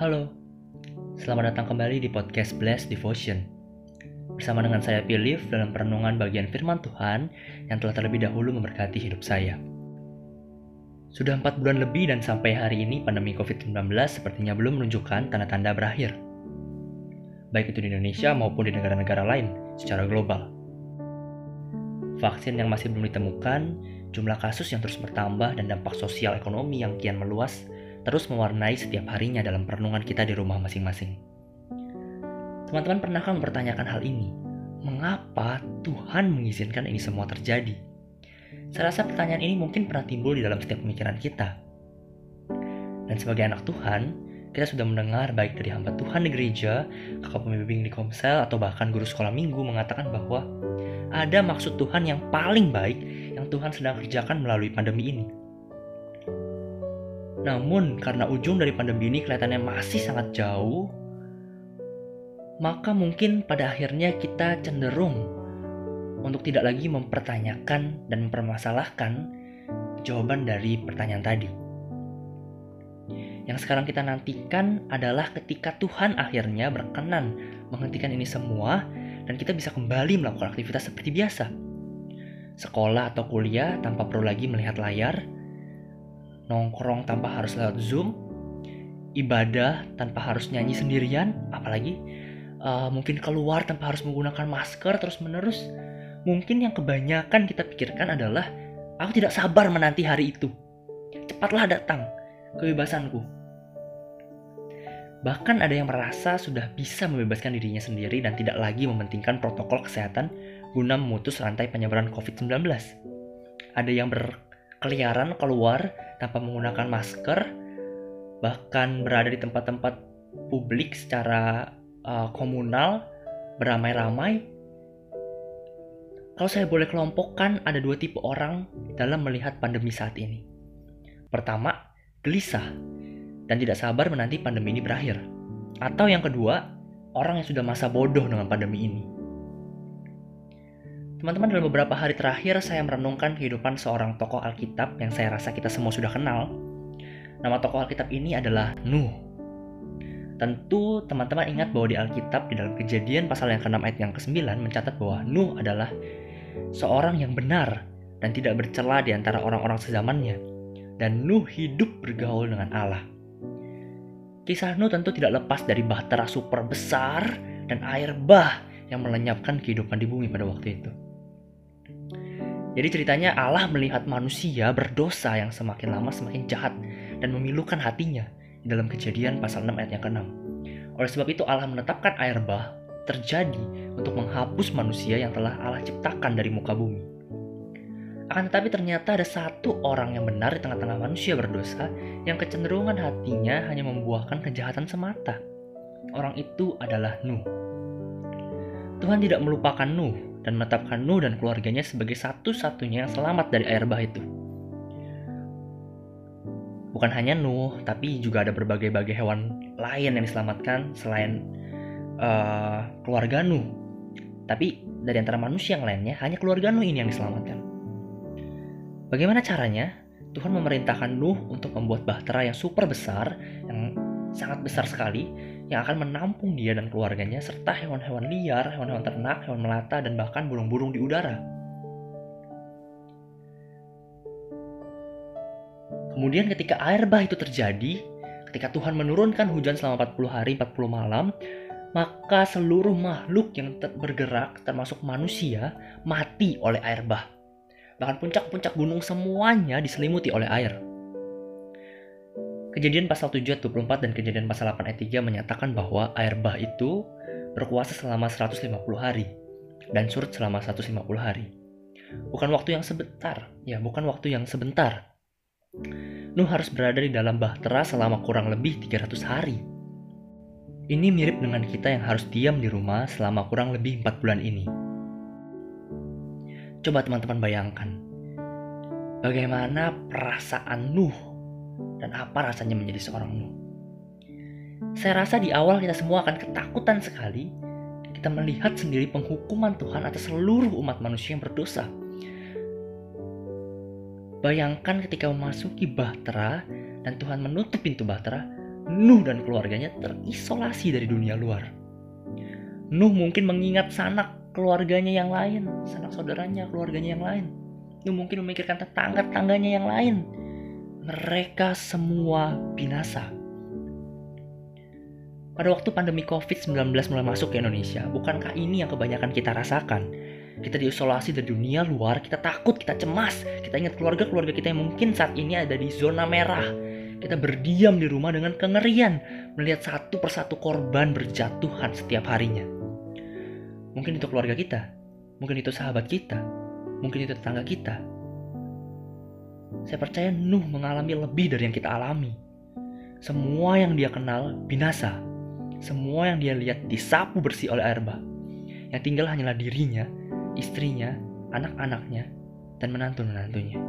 Halo, selamat datang kembali di podcast Blessed Devotion. Bersama dengan saya Philip dalam perenungan bagian firman Tuhan yang telah terlebih dahulu memberkati hidup saya. Sudah 4 bulan lebih dan sampai hari ini pandemi COVID-19 sepertinya belum menunjukkan tanda-tanda berakhir. Baik itu di Indonesia maupun di negara-negara lain secara global. Vaksin yang masih belum ditemukan, jumlah kasus yang terus bertambah dan dampak sosial ekonomi yang kian meluas terus mewarnai setiap harinya dalam perenungan kita di rumah masing-masing. Teman-teman pernahkah mempertanyakan hal ini? Mengapa Tuhan mengizinkan ini semua terjadi? Saya rasa pertanyaan ini mungkin pernah timbul di dalam setiap pemikiran kita. Dan sebagai anak Tuhan, kita sudah mendengar baik dari hamba Tuhan di gereja, kakak pembimbing di Komsel, atau bahkan guru sekolah minggu mengatakan bahwa ada maksud Tuhan yang paling baik yang Tuhan sedang kerjakan melalui pandemi ini. Namun, karena ujung dari pandemi ini kelihatannya masih sangat jauh, maka mungkin pada akhirnya kita cenderung untuk tidak lagi mempertanyakan dan mempermasalahkan jawaban dari pertanyaan tadi. Yang sekarang kita nantikan adalah ketika Tuhan akhirnya berkenan menghentikan ini semua dan kita bisa kembali melakukan aktivitas seperti biasa. Sekolah atau kuliah tanpa perlu lagi melihat layar, nongkrong tanpa harus lewat Zoom, ibadah tanpa harus nyanyi sendirian, apalagi mungkin keluar tanpa harus menggunakan masker terus-menerus. Mungkin yang kebanyakan kita pikirkan adalah, aku tidak sabar menanti hari itu. Cepatlah datang kebebasanku. Bahkan ada yang merasa sudah bisa membebaskan dirinya sendiri dan tidak lagi mementingkan protokol kesehatan guna memutus rantai penyebaran COVID-19. Ada yang berkeliaran keluar tanpa menggunakan masker, bahkan berada di tempat-tempat publik secara komunal, beramai-ramai. Kalau saya boleh kelompokkan, ada 2 tipe orang dalam melihat pandemi saat ini. Pertama, gelisah dan tidak sabar menanti pandemi ini berakhir. Atau yang kedua, orang yang sudah masa bodoh dengan pandemi ini. Teman-teman, dalam beberapa hari terakhir saya merenungkan kehidupan seorang tokoh Alkitab yang saya rasa kita semua sudah kenal. Nama tokoh Alkitab ini adalah Nuh. Tentu teman-teman ingat bahwa di Alkitab di dalam Kejadian pasal yang ke-6 ayat yang ke-9 mencatat bahwa Nuh adalah seorang yang benar dan tidak bercela di antara orang-orang sezamannya. Dan Nuh hidup bergaul dengan Allah. Kisah Nuh tentu tidak lepas dari bahtera super besar dan air bah yang melenyapkan kehidupan di bumi pada waktu itu. Jadi ceritanya Allah melihat manusia berdosa yang semakin lama semakin jahat dan memilukan hatinya di dalam Kejadian pasal 6 ayat yang ke-6. Oleh sebab itu Allah menetapkan air bah terjadi untuk menghapus manusia yang telah Allah ciptakan dari muka bumi. Akan tetapi ternyata ada satu orang yang benar di tengah-tengah manusia berdosa yang kecenderungan hatinya hanya membuahkan kejahatan semata. Orang itu adalah Nuh. Tuhan tidak melupakan Nuh dan menetapkan Nuh dan keluarganya sebagai satu-satunya yang selamat dari air bah itu. Bukan hanya Nuh, tapi juga ada berbagai-bagai hewan lain yang diselamatkan selain keluarga Nuh. Tapi dari antara manusia yang lainnya, hanya keluarga Nuh ini yang diselamatkan. Bagaimana caranya? Tuhan memerintahkan Nuh untuk membuat bahtera yang super besar, yang sangat besar sekali, yang akan menampung dia dan keluarganya, serta hewan-hewan liar, hewan-hewan ternak, hewan melata, dan bahkan burung-burung di udara. Kemudian ketika air bah itu terjadi, ketika Tuhan menurunkan hujan selama 40 hari, 40 malam, maka seluruh makhluk yang bergerak, termasuk manusia, mati oleh air bah. Bahkan puncak-puncak gunung semuanya diselimuti oleh air. Kejadian pasal 7 ayat 24 dan Kejadian pasal 8 ayat 3 menyatakan bahwa air bah itu berkuasa selama 150 hari dan surut selama 150 hari. Bukan waktu yang sebentar. Nuh harus berada di dalam bahtera selama kurang lebih 300 hari. Ini mirip dengan kita yang harus diam di rumah selama kurang lebih 4 bulan ini. Coba teman-teman bayangkan, bagaimana perasaan Nuh dan apa rasanya menjadi seorang Nuh. Saya rasa di awal kita semua akan ketakutan sekali. Kita melihat sendiri penghukuman Tuhan atas seluruh umat manusia yang berdosa. Bayangkan ketika memasuki bahtera dan Tuhan menutup pintu bahtera, Nuh dan keluarganya terisolasi dari dunia luar. Nuh mungkin mengingat sanak keluarganya yang lain, sanak saudaranya, keluarganya yang lain. Nuh mungkin memikirkan tetangga-tetangganya yang lain. Mereka semua binasa. Pada waktu pandemi COVID-19 mulai masuk ke Indonesia, bukankah ini yang kebanyakan kita rasakan? Kita diisolasi dari dunia luar, kita takut, kita cemas, kita ingat keluarga-keluarga kita yang mungkin saat ini ada di zona merah. Kita berdiam di rumah dengan kengerian, melihat satu persatu korban berjatuhan setiap harinya. Mungkin itu keluarga kita, mungkin itu sahabat kita, mungkin itu tetangga kita. Saya percaya Nuh mengalami lebih dari yang kita alami. Semua yang dia kenal binasa. Semua yang dia lihat disapu bersih oleh air bah. Yang tinggal hanyalah dirinya, istrinya, anak-anaknya, dan menantu-menantunya.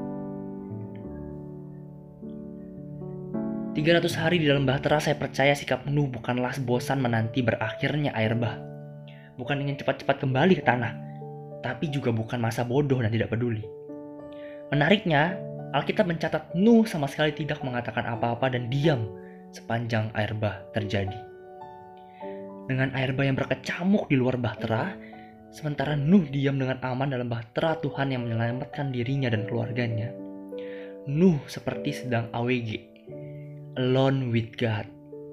300 hari di dalam bahtera, saya percaya sikap Nuh bukanlah bosan menanti berakhirnya air bah. Bukan ingin cepat-cepat kembali ke tanah, tapi juga bukan masa bodoh dan tidak peduli. Menariknya, Alkitab mencatat Nuh sama sekali tidak mengatakan apa-apa dan diam sepanjang air bah terjadi. Dengan air bah yang berkecamuk di luar bahtera, sementara Nuh diam dengan aman dalam bahtera Tuhan yang menyelamatkan dirinya dan keluarganya. Nuh seperti sedang AWG, alone with God.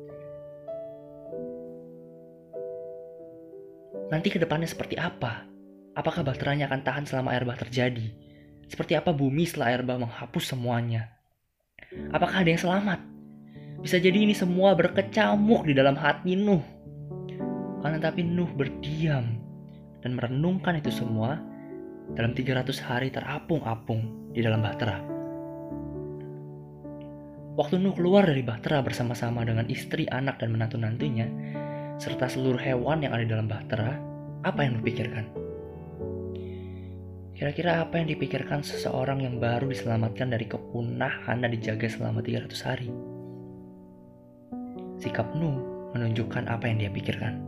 Nanti ke depannya seperti apa? Apakah bahteranya akan tahan selama air bah terjadi? Seperti apa bumi setelah air bah menghapus semuanya? Apakah ada yang selamat? Bisa jadi ini semua berkecamuk di dalam hati Nuh. Karena tapi Nuh berdiam dan merenungkan itu semua dalam 300 hari terapung-apung di dalam bahtera. Waktu Nuh keluar dari bahtera bersama-sama dengan istri, anak, dan menantu-nantunya, serta seluruh hewan yang ada di dalam bahtera, apa yang Nuh pikirkan? Kira-kira apa yang dipikirkan seseorang yang baru diselamatkan dari kepunahan dan dijaga selama 300 hari? Sikap Nuh menunjukkan apa yang dia pikirkan.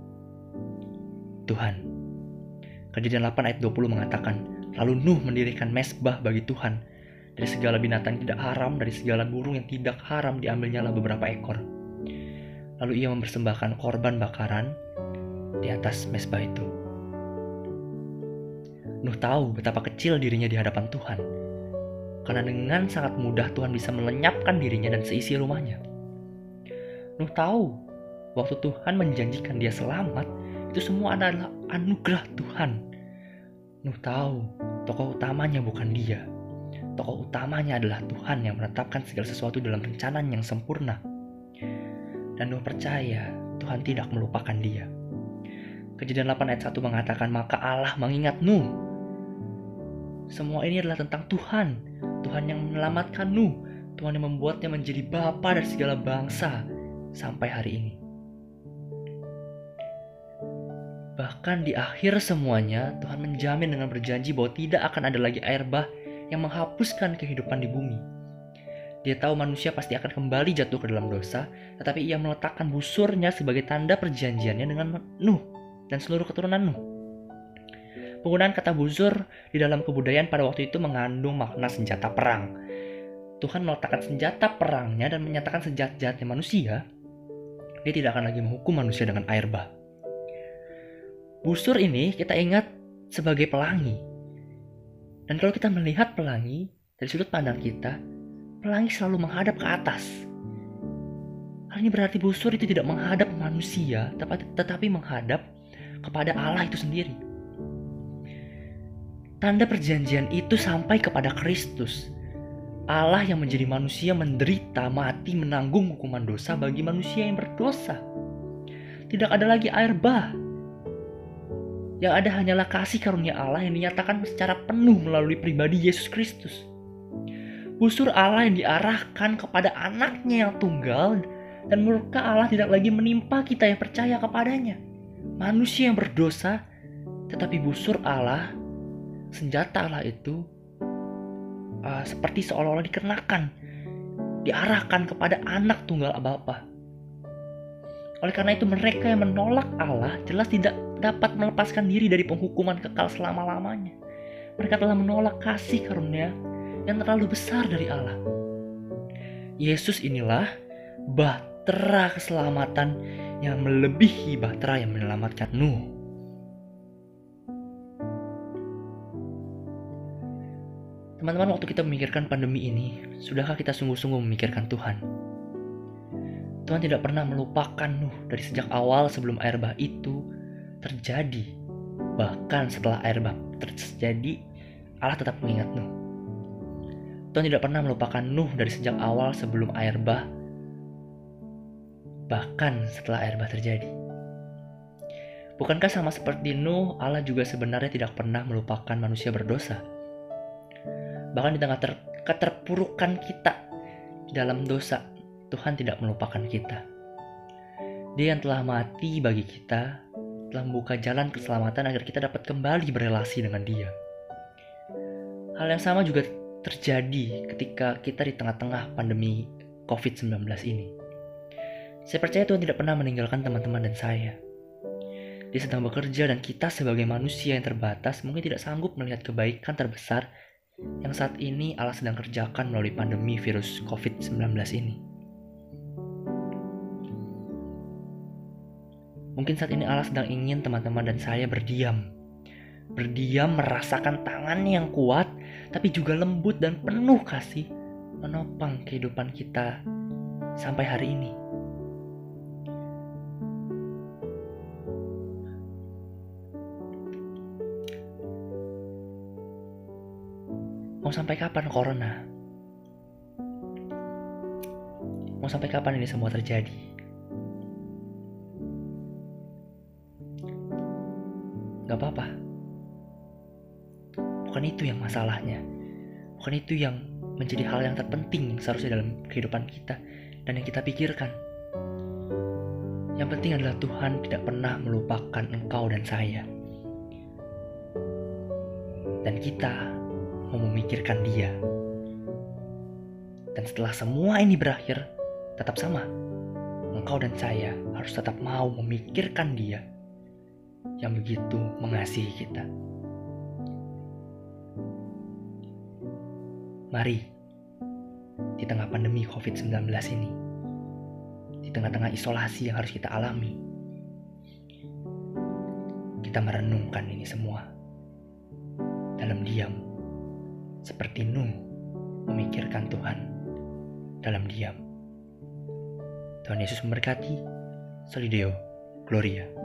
Tuhan. Kejadian 8 ayat 20 mengatakan, lalu Nuh mendirikan mezbah bagi Tuhan. Dari segala binatang tidak haram, dari segala burung yang tidak haram diambilnyalah beberapa ekor. Lalu ia mempersembahkan korban bakaran di atas mezbah itu. Nuh tahu betapa kecil dirinya di hadapan Tuhan. Karena dengan sangat mudah Tuhan bisa melenyapkan dirinya dan seisi rumahnya. Nuh tahu waktu Tuhan menjanjikan dia selamat, itu semua adalah anugerah Tuhan. Nuh tahu tokoh utamanya bukan dia. Tokoh utamanya adalah Tuhan yang menetapkan segala sesuatu dalam rencana yang sempurna. Dan Nuh percaya Tuhan tidak melupakan dia. Kejadian 8 ayat 1 mengatakan, maka Allah mengingat Nuh. Semua ini adalah tentang Tuhan. Tuhan yang menyelamatkan Nuh. Tuhan yang membuatnya menjadi bapa dari segala bangsa sampai hari ini. Bahkan di akhir semuanya, Tuhan menjamin dengan berjanji bahwa tidak akan ada lagi air bah yang menghapuskan kehidupan di bumi. Dia tahu manusia pasti akan kembali jatuh ke dalam dosa, tetapi ia meletakkan busurnya sebagai tanda perjanjiannya dengan Nuh dan seluruh keturunan Nuh. Penggunaan kata busur di dalam kebudayaan pada waktu itu mengandung makna senjata perang. Tuhan meletakkan senjata perangnya dan menyatakan sejahat-jahatnya manusia, dia tidak akan lagi menghukum manusia dengan air bah. Busur ini kita ingat sebagai pelangi. Dan kalau kita melihat pelangi dari sudut pandang kita, pelangi selalu menghadap ke atas. Hal ini berarti busur itu tidak menghadap manusia, tetapi menghadap kepada Allah itu sendiri. Tanda perjanjian itu sampai kepada Kristus. Allah yang menjadi manusia menderita, mati, menanggung hukuman dosa bagi manusia yang berdosa. Tidak ada lagi air bah. Yang ada hanyalah kasih karunia Allah yang dinyatakan secara penuh melalui pribadi Yesus Kristus. Busur Allah yang diarahkan kepada anaknya yang tunggal, dan murka Allah tidak lagi menimpa kita yang percaya kepadanya. Manusia yang berdosa, tetapi busur Allah, senjata Allah itu seperti seolah-olah dikenakan, diarahkan kepada anak tunggal Bapa. Oleh karena itu mereka yang menolak Allah jelas tidak dapat melepaskan diri dari penghukuman kekal selama-lamanya. Mereka telah menolak kasih karunia yang terlalu besar dari Allah. Yesus inilah bahtera bahtera keselamatan yang melebihi bahtera yang menyelamatkan Nuh. Teman-teman, waktu kita memikirkan pandemi ini, sudahkah kita sungguh-sungguh memikirkan Tuhan? Tuhan tidak pernah melupakan Nuh dari sejak awal sebelum air bah itu terjadi. Bahkan setelah air bah terjadi, Allah tetap mengingat Nuh. Tuhan tidak pernah melupakan Nuh dari sejak awal sebelum air bah, bahkan setelah air bah terjadi. Bukankah sama seperti Nuh, Allah juga sebenarnya tidak pernah melupakan manusia berdosa? Bahkan di tengah keterpurukan kita dalam dosa, Tuhan tidak melupakan kita. Dia yang telah mati bagi kita, telah membuka jalan keselamatan agar kita dapat kembali berelasi dengan Dia. Hal yang sama juga terjadi ketika kita di tengah-tengah pandemi COVID-19 ini. Saya percaya Tuhan tidak pernah meninggalkan teman-teman dan saya. Dia sedang bekerja dan kita sebagai manusia yang terbatas mungkin tidak sanggup melihat kebaikan terbesar yang saat ini Allah sedang kerjakan melalui pandemi virus COVID-19 ini. Mungkin saat ini Allah sedang ingin teman-teman dan saya berdiam merasakan tangannya yang kuat, tapi juga lembut dan penuh kasih menopang kehidupan kita sampai hari ini. Mau sampai kapan corona? Mau sampai kapan ini semua terjadi? Gak apa-apa. Bukan itu yang masalahnya. Bukan itu yang menjadi hal yang terpenting seharusnya dalam kehidupan kita dan yang kita pikirkan. Yang penting adalah Tuhan tidak pernah melupakan engkau dan saya. Dan kita mau memikirkan Dia. Dan setelah semua ini berakhir, tetap sama. Engkau dan saya harus tetap mau memikirkan Dia yang begitu mengasihi kita. Mari, di tengah pandemi COVID-19 ini, di tengah-tengah isolasi yang harus kita alami, kita merenungkan ini semua dalam diam, seperti Nuh memikirkan Tuhan dalam diam. Tuhan Yesus memberkati. Soli Deo Gloria.